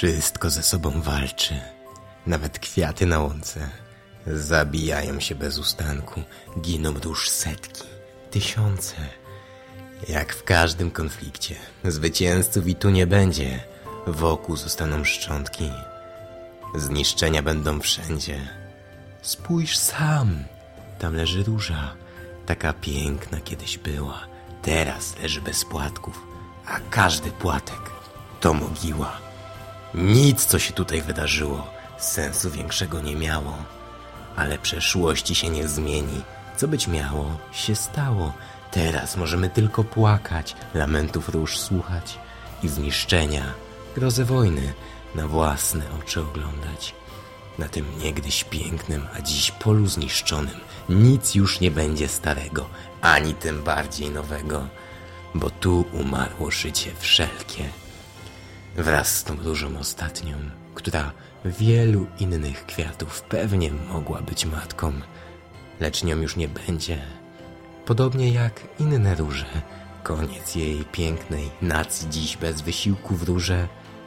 Wszystko ze sobą walczy, nawet kwiaty na łące. Zabijają się bez ustanku, giną dusz setki, tysiące. Jak w każdym konflikcie, zwycięzców i tu nie będzie. Wokół zostaną szczątki, zniszczenia będą wszędzie. Spójrz sam, tam leży róża, taka piękna kiedyś była. Teraz leży bez płatków, a każdy płatek to mogiła. Nic, co się tutaj wydarzyło, sensu większego nie miało. Ale przeszłości się nie zmieni. Co być miało, się stało. Teraz możemy tylko płakać, lamentów róż słuchać i zniszczenia, grozę wojny na własne oczy oglądać. Na tym niegdyś pięknym, a dziś polu zniszczonym nic już nie będzie starego, ani tym bardziej nowego, bo tu umarło życie wszelkie. Wraz z tą różą ostatnią, która wielu innych kwiatów pewnie mogła być matką, lecz nią już nie będzie. Podobnie jak inne róże, koniec jej pięknej nacji dziś bez wysiłku wróże.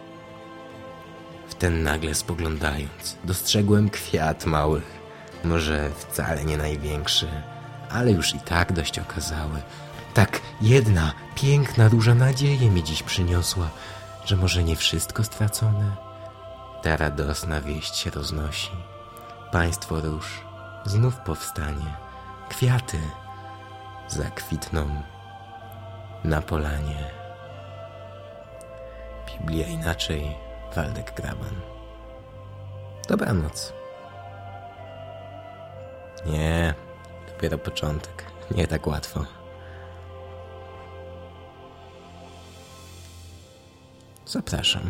Wten nagle spoglądając, dostrzegłem kwiat mały, może wcale nie największy, ale już i tak dość okazały. Tak jedna piękna róża nadzieję mi dziś przyniosła, że może nie wszystko stracone. Ta radosna wieść się roznosi. Państwo róż znów powstanie. Kwiaty zakwitną na polanie. Biblia inaczej, Waldek Graban. Dobranoc. Nie, dopiero początek. Nie tak łatwo. Zapraszam.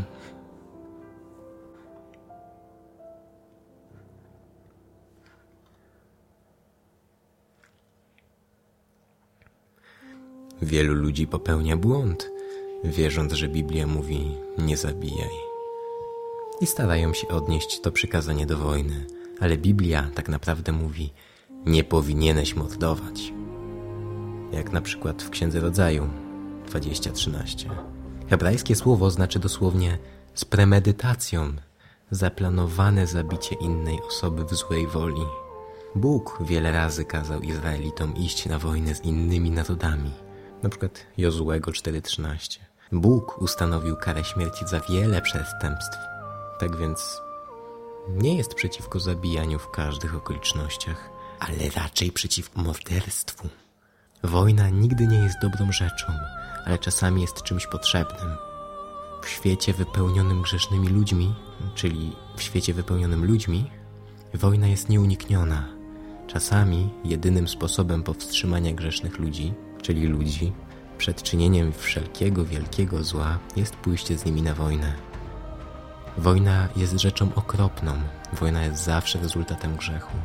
Wielu ludzi popełnia błąd, wierząc, że Biblia mówi nie zabijaj. I starają się odnieść to przykazanie do wojny, ale Biblia tak naprawdę mówi nie powinieneś mordować. Jak na przykład w Księdze Rodzaju 20:13. Hebrajskie słowo znaczy dosłownie z premedytacją, zaplanowane zabicie innej osoby w złej woli. Bóg wiele razy kazał Izraelitom iść na wojnę z innymi narodami, na przykład Jozuego 4:13. Bóg ustanowił karę śmierci za wiele przestępstw, tak więc nie jest przeciwko zabijaniu w każdych okolicznościach, ale raczej przeciwko morderstwu. Wojna nigdy nie jest dobrą rzeczą, ale czasami jest czymś potrzebnym. W świecie wypełnionym grzesznymi ludźmi, czyli w świecie wypełnionym ludźmi, wojna jest nieunikniona. Czasami jedynym sposobem powstrzymania grzesznych ludzi, czyli ludzi, przed czynieniem wszelkiego wielkiego zła jest pójście z nimi na wojnę. Wojna jest rzeczą okropną. Wojna jest zawsze rezultatem grzechu.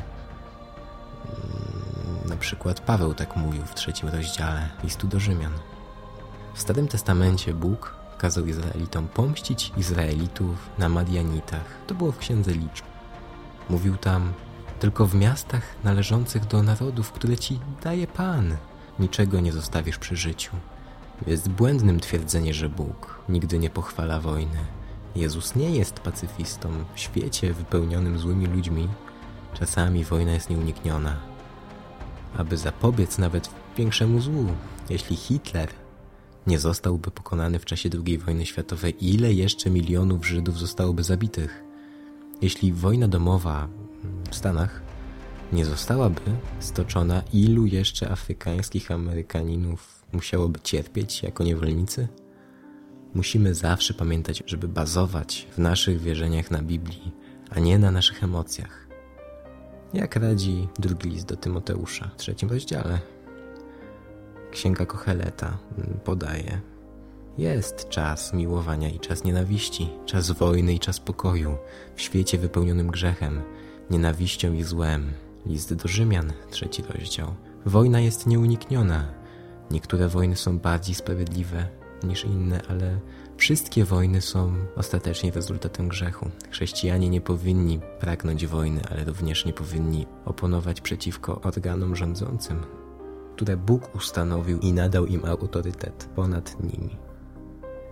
Na przykład Paweł tak mówił w 3 rozdziale listu do Rzymian. W Starym Testamencie Bóg kazał Izraelitom pomścić Izraelitów na Madianitach. To było w Księdze Liczb. Mówił tam: tylko w miastach należących do narodów, które ci daje Pan, niczego nie zostawisz przy życiu. Jest błędnym twierdzenie, że Bóg nigdy nie pochwala wojny. Jezus nie jest pacyfistą. W świecie wypełnionym złymi ludźmi czasami wojna jest nieunikniona. Aby zapobiec nawet większemu złu, jeśli Hitler nie zostałby pokonany w czasie II wojny światowej, ile jeszcze milionów Żydów zostałoby zabitych? Jeśli wojna domowa w Stanach nie zostałaby stoczona, ilu jeszcze afrykańskich Amerykaninów musiałoby cierpieć jako niewolnicy? Musimy zawsze pamiętać, żeby bazować w naszych wierzeniach na Biblii, a nie na naszych emocjach. Jak radzi drugi list do Tymoteusza w 3 rozdziale. Księga Kocheleta podaje: jest czas miłowania i czas nienawiści, czas wojny i czas pokoju, w świecie wypełnionym grzechem, nienawiścią i złem. List do Rzymian, 3 rozdział. Wojna jest nieunikniona. Niektóre wojny są bardziej sprawiedliwe niż inne, ale wszystkie wojny są ostatecznie rezultatem grzechu. Chrześcijanie nie powinni pragnąć wojny, ale również nie powinni oponować przeciwko organom rządzącym, które Bóg ustanowił i nadał im autorytet ponad nimi.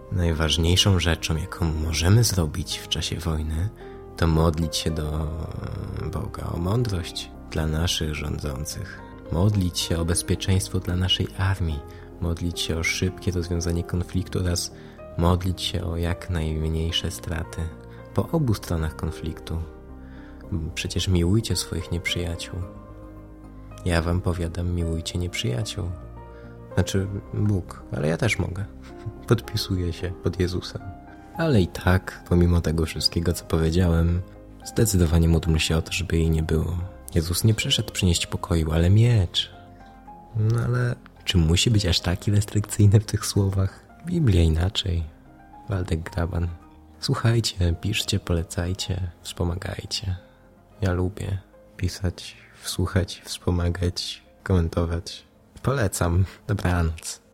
Najważniejszą rzeczą, jaką możemy zrobić w czasie wojny, to modlić się do Boga o mądrość dla naszych rządzących. Modlić się o bezpieczeństwo dla naszej armii. Modlić się o szybkie rozwiązanie konfliktu oraz modlić się o jak najmniejsze straty po obu stronach konfliktu. Przecież miłujcie swoich nieprzyjaciół. Ja wam powiadam, miłujcie nieprzyjaciół. Znaczy Bóg, ale ja też mogę. Podpisuję się pod Jezusem. Ale i tak, pomimo tego wszystkiego, co powiedziałem, zdecydowanie módlmy się o to, żeby jej nie było. Jezus nie przyszedł przynieść pokoju, ale miecz. No ale czy musi być aż taki restrykcyjny w tych słowach? Biblia inaczej. Waldek Graban. Słuchajcie, piszcie, polecajcie, wspomagajcie. Ja lubię pisać, słuchać, wspomagać, komentować. Polecam. Dobranoc.